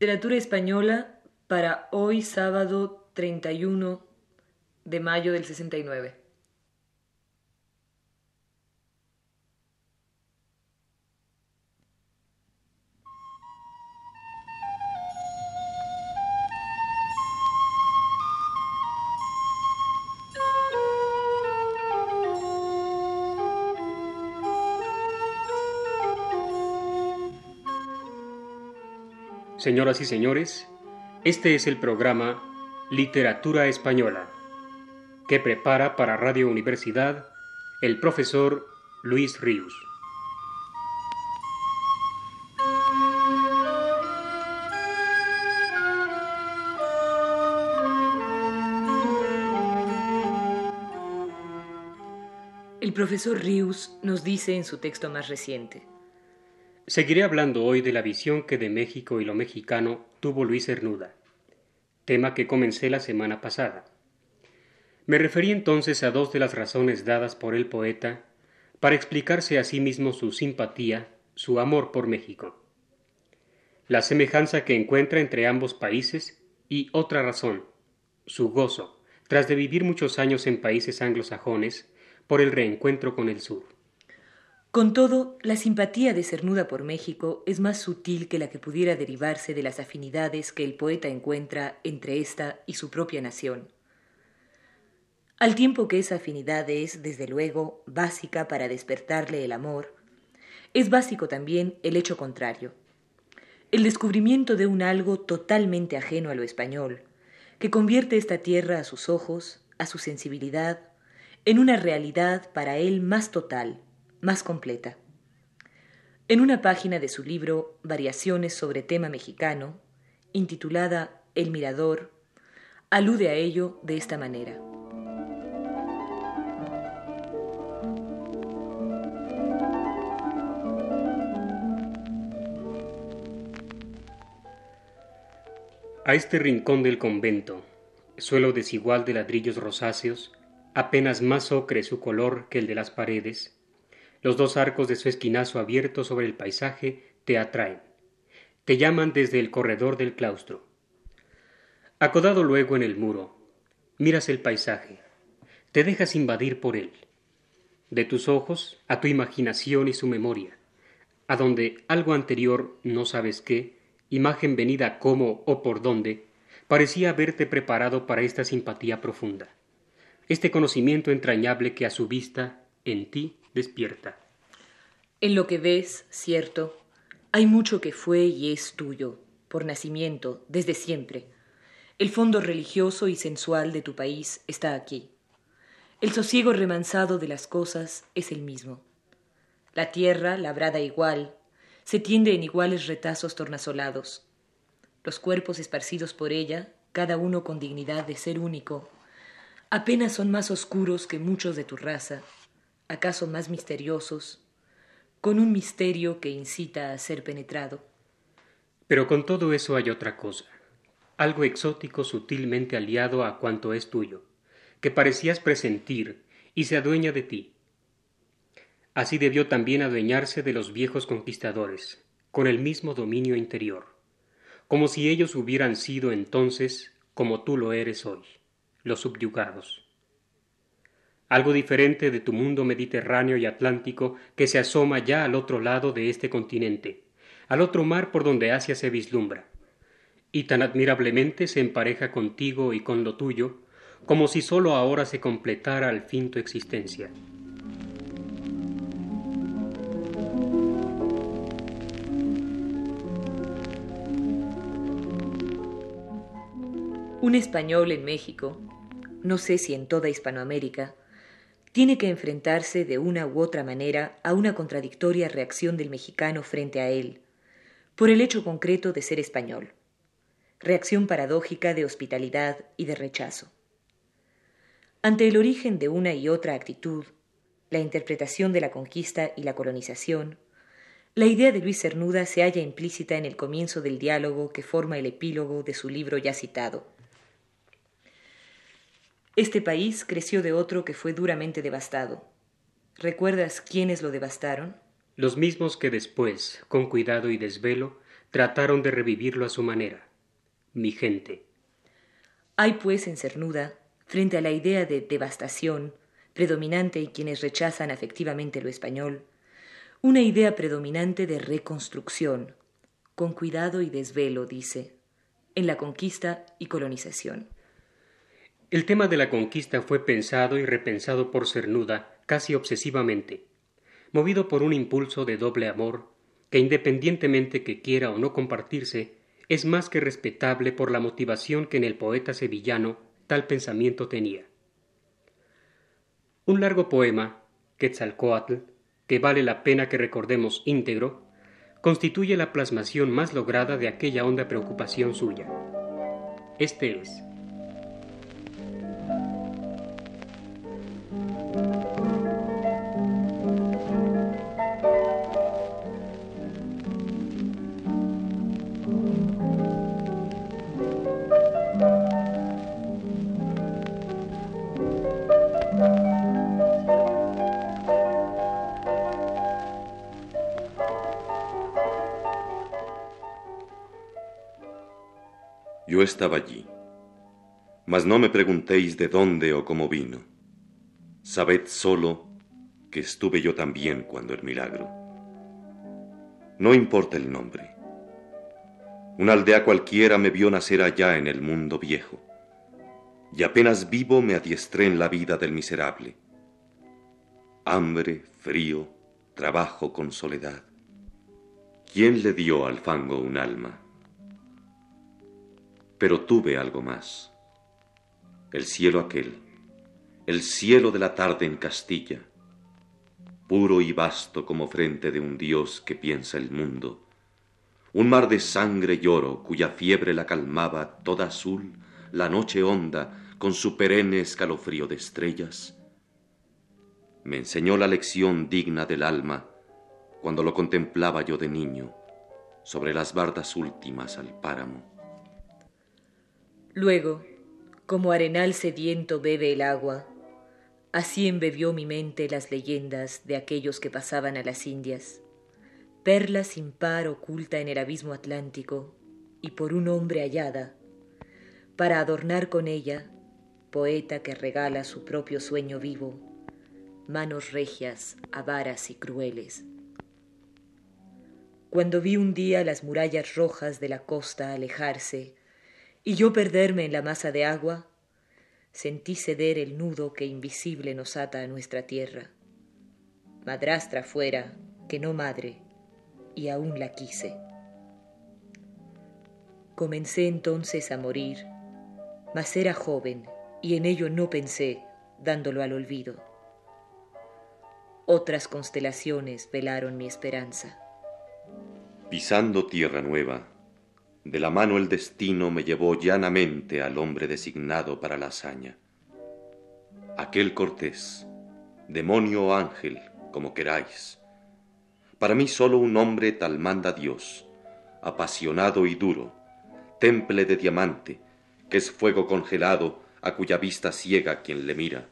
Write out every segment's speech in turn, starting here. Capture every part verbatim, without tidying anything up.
Literatura española para hoy sábado treinta y uno de mayo del sesenta y nueve. Señoras y señores, este es el programa Literatura Española, que prepara para Radio Universidad el profesor Luis Ríos. El profesor Ríos nos dice en su texto más reciente: Seguiré hablando hoy de la visión que de México y lo mexicano tuvo Luis Cernuda, tema que comencé la semana pasada. Me referí entonces a dos de las razones dadas por el poeta para explicarse a sí mismo su simpatía, su amor por México. La semejanza que encuentra entre ambos países y otra razón, su gozo, tras de vivir muchos años en países anglosajones, por el reencuentro con el sur. Con todo, la simpatía de Cernuda por México es más sutil que la que pudiera derivarse de las afinidades que el poeta encuentra entre ésta y su propia nación. Al tiempo que esa afinidad es, desde luego, básica para despertarle el amor, es básico también el hecho contrario, el descubrimiento de un algo totalmente ajeno a lo español, que convierte esta tierra a sus ojos, a su sensibilidad, en una realidad para él más total, más completa. En una página de su libro Variaciones sobre tema mexicano, intitulada El Mirador, alude a ello de esta manera: A este rincón del convento, suelo desigual de ladrillos rosáceos, apenas más ocre su color que el de las paredes, los dos arcos de su esquinazo abierto sobre el paisaje te atraen, te llaman desde el corredor del claustro. Acodado luego en el muro, miras el paisaje, te dejas invadir por él, de tus ojos a tu imaginación y su memoria, a donde algo anterior, no sabes qué, imagen venida cómo o por dónde, parecía haberte preparado para esta simpatía profunda, este conocimiento entrañable que a su vista en ti despierta. En lo que ves, cierto, hay mucho que fue y es tuyo, por nacimiento, desde siempre. El fondo religioso y sensual de tu país está aquí. El sosiego remansado de las cosas es el mismo. La tierra, labrada igual, se tiende en iguales retazos tornasolados. Los cuerpos esparcidos por ella, cada uno con dignidad de ser único, apenas son más oscuros que muchos de tu raza, acaso más misteriosos, con un misterio que incita a ser penetrado. Pero con todo eso hay otra cosa, algo exótico sutilmente aliado a cuanto es tuyo, que parecías presentir y se adueña de ti. Así debió también adueñarse de los viejos conquistadores, con el mismo dominio interior, como si ellos hubieran sido entonces, como tú lo eres hoy, los subyugados. Algo diferente de tu mundo mediterráneo y atlántico que se asoma ya al otro lado de este continente, al otro mar por donde Asia se vislumbra, y tan admirablemente se empareja contigo y con lo tuyo, como si sólo ahora se completara al fin tu existencia. Un español en México, no sé si en toda Hispanoamérica, tiene que enfrentarse de una u otra manera a una contradictoria reacción del mexicano frente a él, por el hecho concreto de ser español, reacción paradójica de hospitalidad y de rechazo. Ante el origen de una y otra actitud, la interpretación de la conquista y la colonización, la idea de Luis Cernuda se halla implícita en el comienzo del diálogo que forma el epílogo de su libro ya citado. Este país creció de otro que fue duramente devastado. ¿Recuerdas quiénes lo devastaron? Los mismos que después, con cuidado y desvelo, trataron de revivirlo a su manera. Mi gente. Hay pues en Cernuda, frente a la idea de devastación, predominante en quienes rechazan afectivamente lo español, una idea predominante de reconstrucción, con cuidado y desvelo, dice, en la conquista y colonización. El tema de la conquista fue pensado y repensado por Cernuda casi obsesivamente, movido por un impulso de doble amor que, independientemente que quiera o no compartirse, es más que respetable por la motivación que en el poeta sevillano tal pensamiento tenía. Un largo poema, Quetzalcóatl, que vale la pena que recordemos íntegro, constituye la plasmación más lograda de aquella honda preocupación suya. Este es: Yo estaba allí, mas no me preguntéis de dónde o cómo vino. Sabed solo que estuve yo también cuando el milagro. No importa el nombre. Una aldea cualquiera me vio nacer allá en el mundo viejo, y apenas vivo me adiestré en la vida del miserable. Hambre, frío, trabajo con soledad. ¿Quién le dio al fango un alma? Pero tuve algo más. El cielo aquel, el cielo de la tarde en Castilla, puro y vasto como frente de un dios que piensa el mundo, un mar de sangre y oro cuya fiebre la calmaba toda azul, la noche honda con su perenne escalofrío de estrellas. Me enseñó la lección digna del alma cuando lo contemplaba yo de niño sobre las bardas últimas al páramo. Luego, como arenal sediento bebe el agua, así embebió mi mente las leyendas de aquellos que pasaban a las Indias, perla sin par oculta en el abismo atlántico y por un hombre hallada, para adornar con ella, poeta que regala su propio sueño vivo, manos regias, avaras y crueles. Cuando vi un día las murallas rojas de la costa alejarse y yo perderme en la masa de agua, sentí ceder el nudo que invisible nos ata a nuestra tierra. Madrastra fuera, que no madre, y aún la quise. Comencé entonces a morir, mas era joven, y en ello no pensé, dándolo al olvido. Otras constelaciones velaron mi esperanza. Pisando tierra nueva, de la mano el destino me llevó llanamente al hombre designado para la hazaña. Aquel Cortés, demonio o ángel, como queráis. Para mí solo un hombre tal manda Dios, apasionado y duro, temple de diamante, que es fuego congelado a cuya vista ciega quien le mira.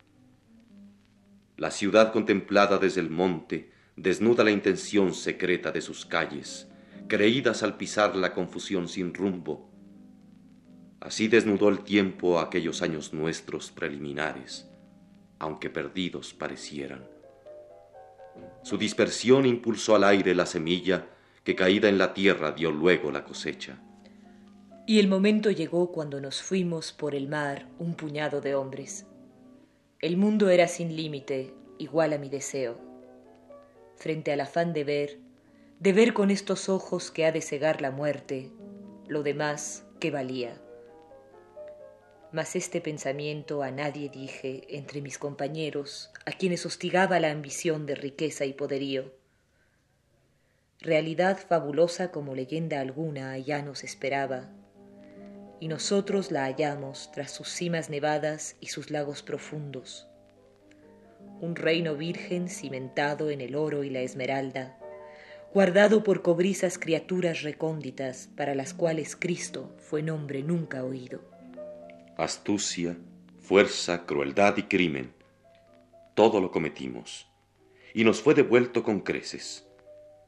La ciudad contemplada desde el monte desnuda la intención secreta de sus calles, creídas al pisar la confusión sin rumbo. Así desnudó el tiempo aquellos años nuestros preliminares, aunque perdidos parecieran. Su dispersión impulsó al aire la semilla que caída en la tierra dio luego la cosecha. Y el momento llegó cuando nos fuimos por el mar un puñado de hombres. El mundo era sin límite, igual a mi deseo. Frente al afán de ver, de ver con estos ojos que ha de cegar la muerte, lo demás que valía. Mas este pensamiento a nadie dije entre mis compañeros, a quienes hostigaba la ambición de riqueza y poderío. Realidad fabulosa como leyenda alguna allá nos esperaba, y nosotros la hallamos tras sus cimas nevadas y sus lagos profundos. Un reino virgen cimentado en el oro y la esmeralda, guardado por cobrizas criaturas recónditas para las cuales Cristo fue nombre nunca oído. Astucia, fuerza, crueldad y crimen, todo lo cometimos, y nos fue devuelto con creces.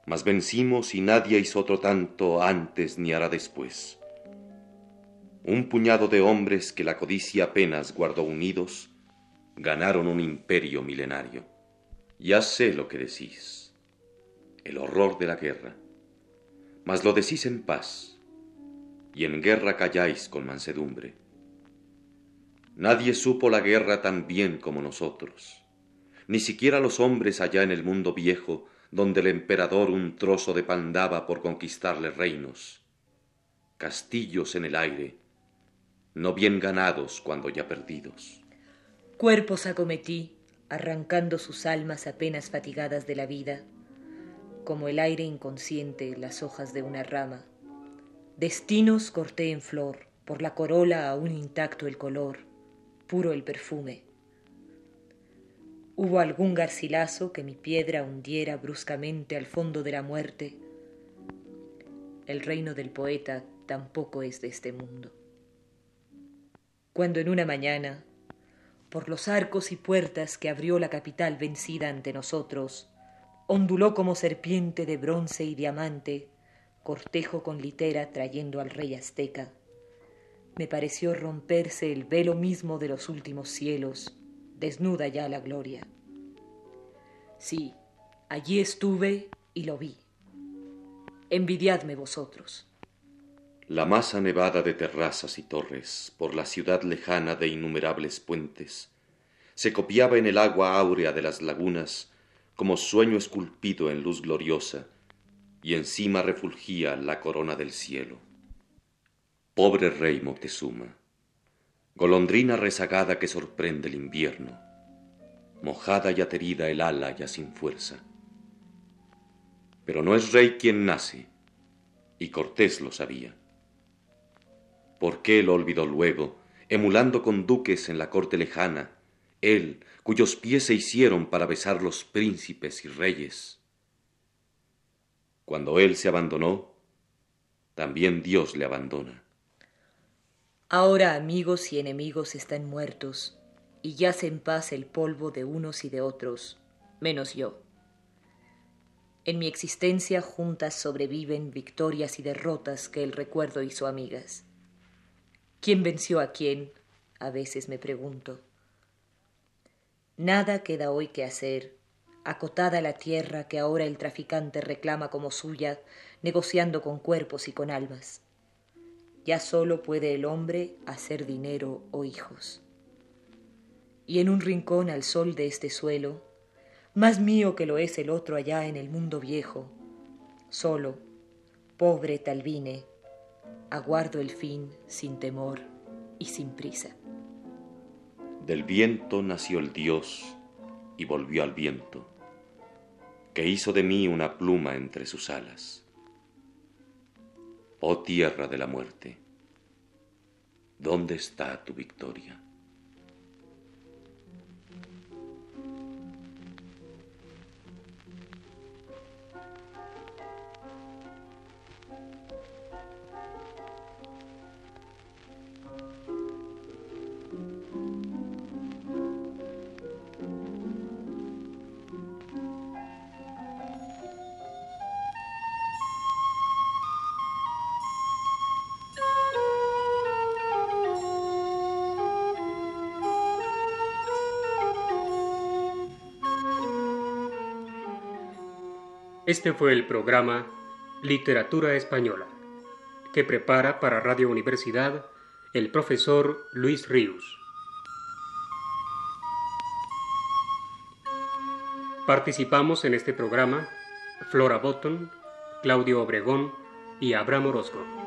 mas vencimos y nadie hizo otro tanto antes ni hará después. Un puñado de hombres que la codicia apenas guardó unidos, ganaron un imperio milenario. Ya sé lo que decís, el horror de la guerra, mas lo decís en paz, y en guerra calláis con mansedumbre. Nadie supo la guerra tan bien como nosotros, ni siquiera los hombres allá en el mundo viejo, donde el emperador un trozo de pan daba por conquistarle reinos, castillos en el aire, no bien ganados cuando ya perdidos. Cuerpos acometí, arrancando sus almas apenas fatigadas de la vida, como el aire inconsciente las hojas de una rama. Destinos corté en flor, por la corola aún intacto el color, puro el perfume. Hubo algún garcilaso que mi piedra hundiera bruscamente al fondo de la muerte. El reino del poeta tampoco es de este mundo. Cuando en una mañana, por los arcos y puertas que abrió la capital vencida ante nosotros, onduló como serpiente de bronce y diamante, cortejo con litera trayendo al rey azteca, me pareció romperse el velo mismo de los últimos cielos, desnuda ya la gloria. Sí, allí estuve y lo vi. Envidiadme vosotros. La masa nevada de terrazas y torres, por la ciudad lejana de innumerables puentes, se copiaba en el agua áurea de las lagunas como sueño esculpido en luz gloriosa, y encima refulgía la corona del cielo. Pobre rey Moctezuma, golondrina rezagada que sorprende el invierno, mojada y aterida el ala ya sin fuerza. Pero no es rey quien nace, y Cortés lo sabía. ¿Por qué lo olvidó luego, emulando con duques en la corte lejana, él, cuyos pies se hicieron para besar los príncipes y reyes? Cuando él se abandonó, también Dios le abandona. Ahora amigos y enemigos están muertos, y yace en paz el polvo de unos y de otros, menos yo. En mi existencia juntas sobreviven victorias y derrotas que el recuerdo hizo amigas. ¿Quién venció a quién? A veces me pregunto. Nada queda hoy que hacer, acotada la tierra que ahora el traficante reclama como suya, negociando con cuerpos y con almas. Ya solo puede el hombre hacer dinero o hijos. Y en un rincón al sol de este suelo, más mío que lo es el otro allá en el mundo viejo, solo, pobre tal vine, aguardo el fin sin temor y sin prisa. Del viento nació el Dios y volvió al viento, que hizo de mí una pluma entre sus alas. Oh tierra de la muerte, ¿dónde está tu victoria? Este fue el programa Literatura Española, que prepara para Radio Universidad el profesor Luis Ríos. Participamos en este programa Flora Botton, Claudio Obregón y Abraham Orozco.